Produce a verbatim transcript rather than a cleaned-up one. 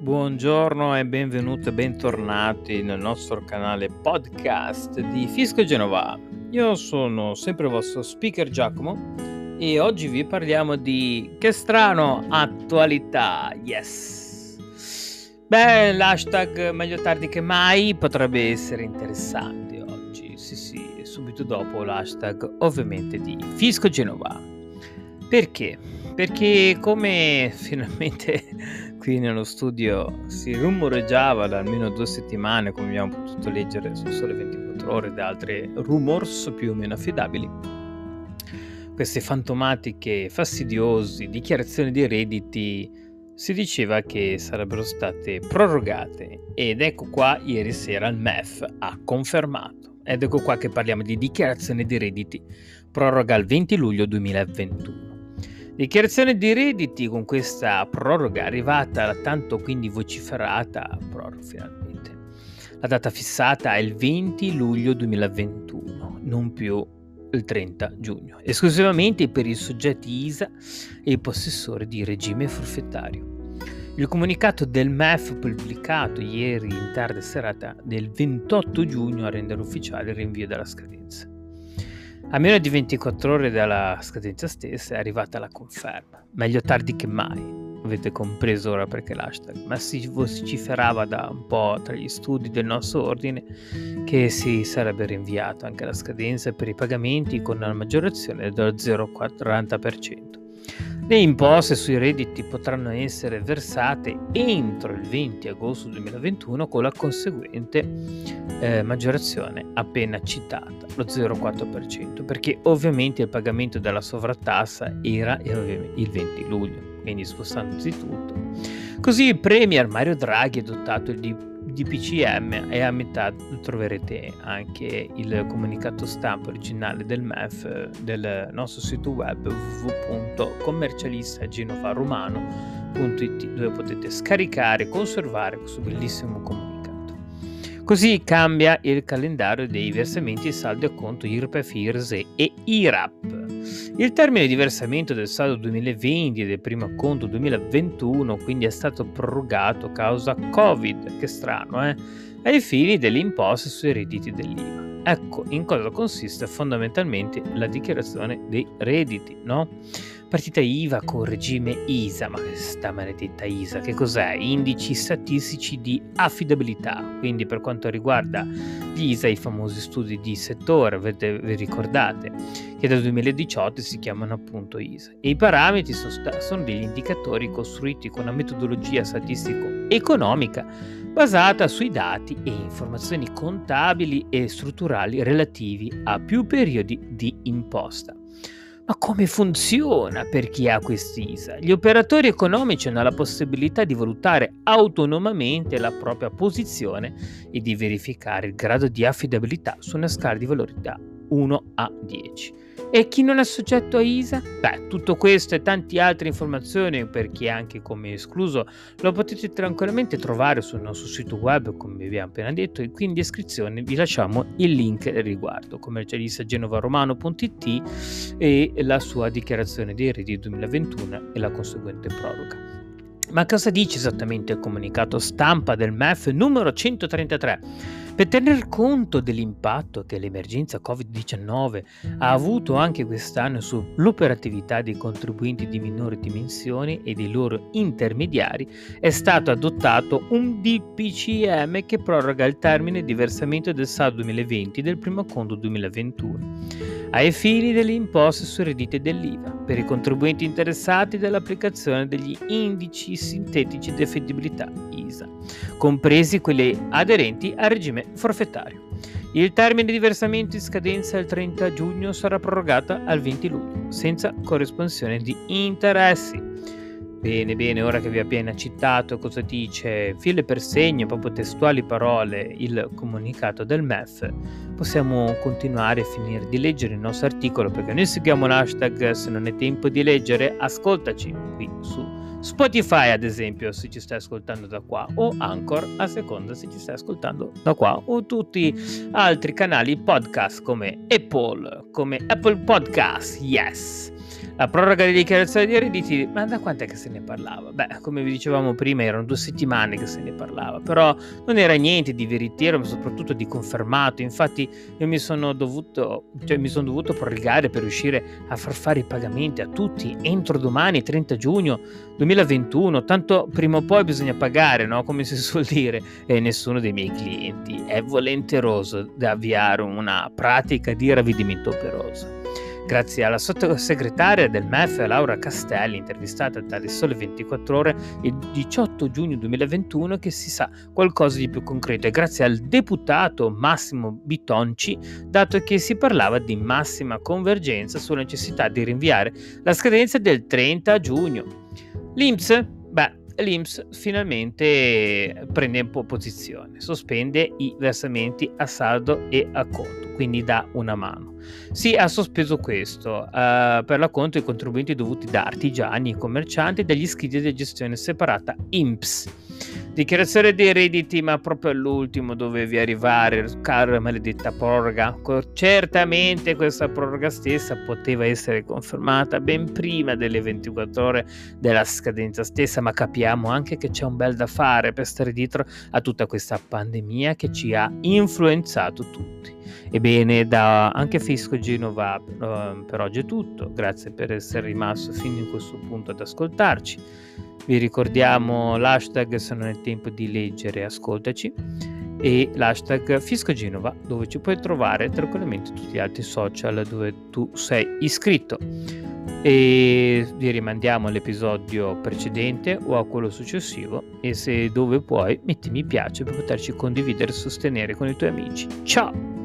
Buongiorno e benvenuti e bentornati nel nostro canale podcast di Fisco Genova. Io sono sempre il vostro speaker Giacomo e oggi vi parliamo di che strano attualità. Yes. Beh, l'hashtag meglio tardi che mai potrebbe essere interessante oggi. Sì, sì, subito dopo l'hashtag ovviamente di Fisco Genova. Perché? Perché come finalmente qui nello studio si rumoreggiava da almeno due settimane, come abbiamo potuto leggere su Sole ventiquattro Ore da altri rumors più o meno affidabili, queste fantomatiche, fastidiosi dichiarazioni di redditi si diceva che sarebbero state prorogate ed ecco qua ieri sera il M E F ha confermato. Ed ecco qua che parliamo di dichiarazione di redditi, proroga al venti luglio duemilaventuno. Dichiarazione di redditi con questa proroga arrivata la tanto quindi vociferata proroga finalmente. La data fissata è il venti luglio duemilaventuno, non più il trenta giugno, esclusivamente per i soggetti I S A e i possessori di regime forfettario. Il comunicato del M E F pubblicato ieri in tarda serata del ventotto giugno a rendere ufficiale il rinvio della scadenza. A meno di ventiquattro ore dalla scadenza stessa è arrivata la conferma. Meglio tardi che mai. Avete compreso ora perché l'hashtag. Ma si vociferava da un po' tra gli studi del nostro ordine che si sarebbe rinviata anche la scadenza per i pagamenti con una maggiorazione dello zero virgola quaranta per cento. Le imposte sui redditi potranno essere versate entro il venti agosto duemilaventuno con la conseguente eh, maggiorazione appena citata, lo zero virgola quattro per cento, perché ovviamente il pagamento della sovrattassa era il venti luglio, quindi spostandosi tutto. Così il Premier Mario Draghi ha adottato il D P C M e a metà troverete anche il comunicato stampa originale del M E F del nostro sito web w w w punto commercialista genova romano punto i t, dove potete scaricare e conservare questo bellissimo comunicato. Così cambia il calendario dei versamenti e saldo a conto I R P E F, I R S E e I R A P. Il termine di versamento del saldo duemilaventi e del primo conto duemilaventuno quindi è stato prorogato causa Covid, che strano, eh? Ai fini delle imposte sui redditi dell'I V A. Ecco in cosa consiste fondamentalmente la dichiarazione dei redditi, no? Partita I V A con regime I S A, ma questa maledetta I S A che cos'è? Indici statistici di affidabilità, quindi per quanto riguarda gli I S A i famosi studi di settore, vi ricordate che dal duemiladiciotto si chiamano appunto I S A e i parametri sono, sta- sono degli indicatori costruiti con una metodologia statistico-economica basata sui dati e informazioni contabili e strutturali relativi a più periodi di imposta. Ma come funziona per chi ha questi I S A? Gli operatori economici hanno la possibilità di valutare autonomamente la propria posizione e di verificare il grado di affidabilità su una scala di valori da uno a dieci. E chi non è soggetto a I S A? Beh, tutto questo e tante altre informazioni per chi è anche come escluso lo potete tranquillamente trovare sul nostro sito web, come vi abbiamo appena detto, e qui in descrizione vi lasciamo il link al riguardo, commercialista genova romano punto i t e la sua dichiarazione dei redditi duemilaventuno e la conseguente proroga. Ma cosa dice esattamente il comunicato stampa del M E F numero centotrentatré? Per tener conto dell'impatto che l'emergenza covid diciannove ha avuto anche quest'anno sull'operatività dei contribuenti di minori dimensioni e dei loro intermediari, è stato adottato un D P C M che proroga il termine di versamento del saldo duemilaventi e del primo conto duemilaventuno ai fini delle imposte sui redditi dell'I V A per i contribuenti interessati dall'applicazione degli indici sintetici di affidabilità I S A, compresi quelli aderenti al regime forfettario. Il termine di versamento in scadenza il trenta giugno sarà prorogata al venti luglio, senza corresponsione di interessi. Bene, bene, ora che vi ho appena citato cosa dice filo per segno, proprio testuali parole, il comunicato del M E F, possiamo continuare a finire di leggere il nostro articolo, perché noi seguiamo l'hashtag se non è tempo di leggere, ascoltaci qui su Spotify ad esempio se ci stai ascoltando da qua, o Anchor a seconda se ci stai ascoltando da qua, o tutti altri canali podcast come Apple, come Apple Podcast, yes. La proroga delle dichiarazioni di redditi, ma da quant'è che se ne parlava? Beh, come vi dicevamo prima, erano due settimane che se ne parlava, però non era niente di veritiero, ma soprattutto di confermato. Infatti io mi sono dovuto, cioè mi sono dovuto prorogare per riuscire a far fare i pagamenti a tutti entro domani, trenta giugno duemilaventuno, tanto prima o poi bisogna pagare, no? Come si suol dire, e nessuno dei miei clienti è volenteroso di avviare una pratica di ravvedimento operoso. Grazie alla sottosegretaria del M E F Laura Castelli, intervistata dalle Sole ventiquattro Ore il diciotto giugno duemilaventuno, che si sa qualcosa di più concreto, e grazie al deputato Massimo Bitonci, dato che si parlava di massima convergenza sulla necessità di rinviare la scadenza del trenta giugno. L'I N P S? Beh, l'I N P S finalmente prende un po' posizione, sospende i versamenti a saldo e a conto, quindi dà una mano. Si ha sospeso questo uh, per l'acconto ai contribuenti dovuti da artigiani e commercianti dagli iscritti di gestione separata I N P S. Dichiarazione dei redditi, ma proprio all'ultimo dovevi arrivare, cara maledetta proroga. Certamente questa proroga stessa poteva essere confermata ben prima delle ventiquattro ore della scadenza stessa, ma capiamo anche che c'è un bel da fare per stare dietro a tutta questa pandemia che ci ha influenzato tutti. Ebbene, da anche Fisco Genova uh, per oggi è tutto. Grazie per essere rimasto fino in questo punto ad ascoltarci. Vi ricordiamo l'hashtag se non è tempo di leggere, ascoltaci, e l'hashtag Fisco Genova, dove ci puoi trovare tranquillamente tutti gli altri social dove tu sei iscritto. E vi rimandiamo all'episodio precedente o a quello successivo, e se dove puoi metti mi piace per poterci condividere e sostenere con i tuoi amici. Ciao!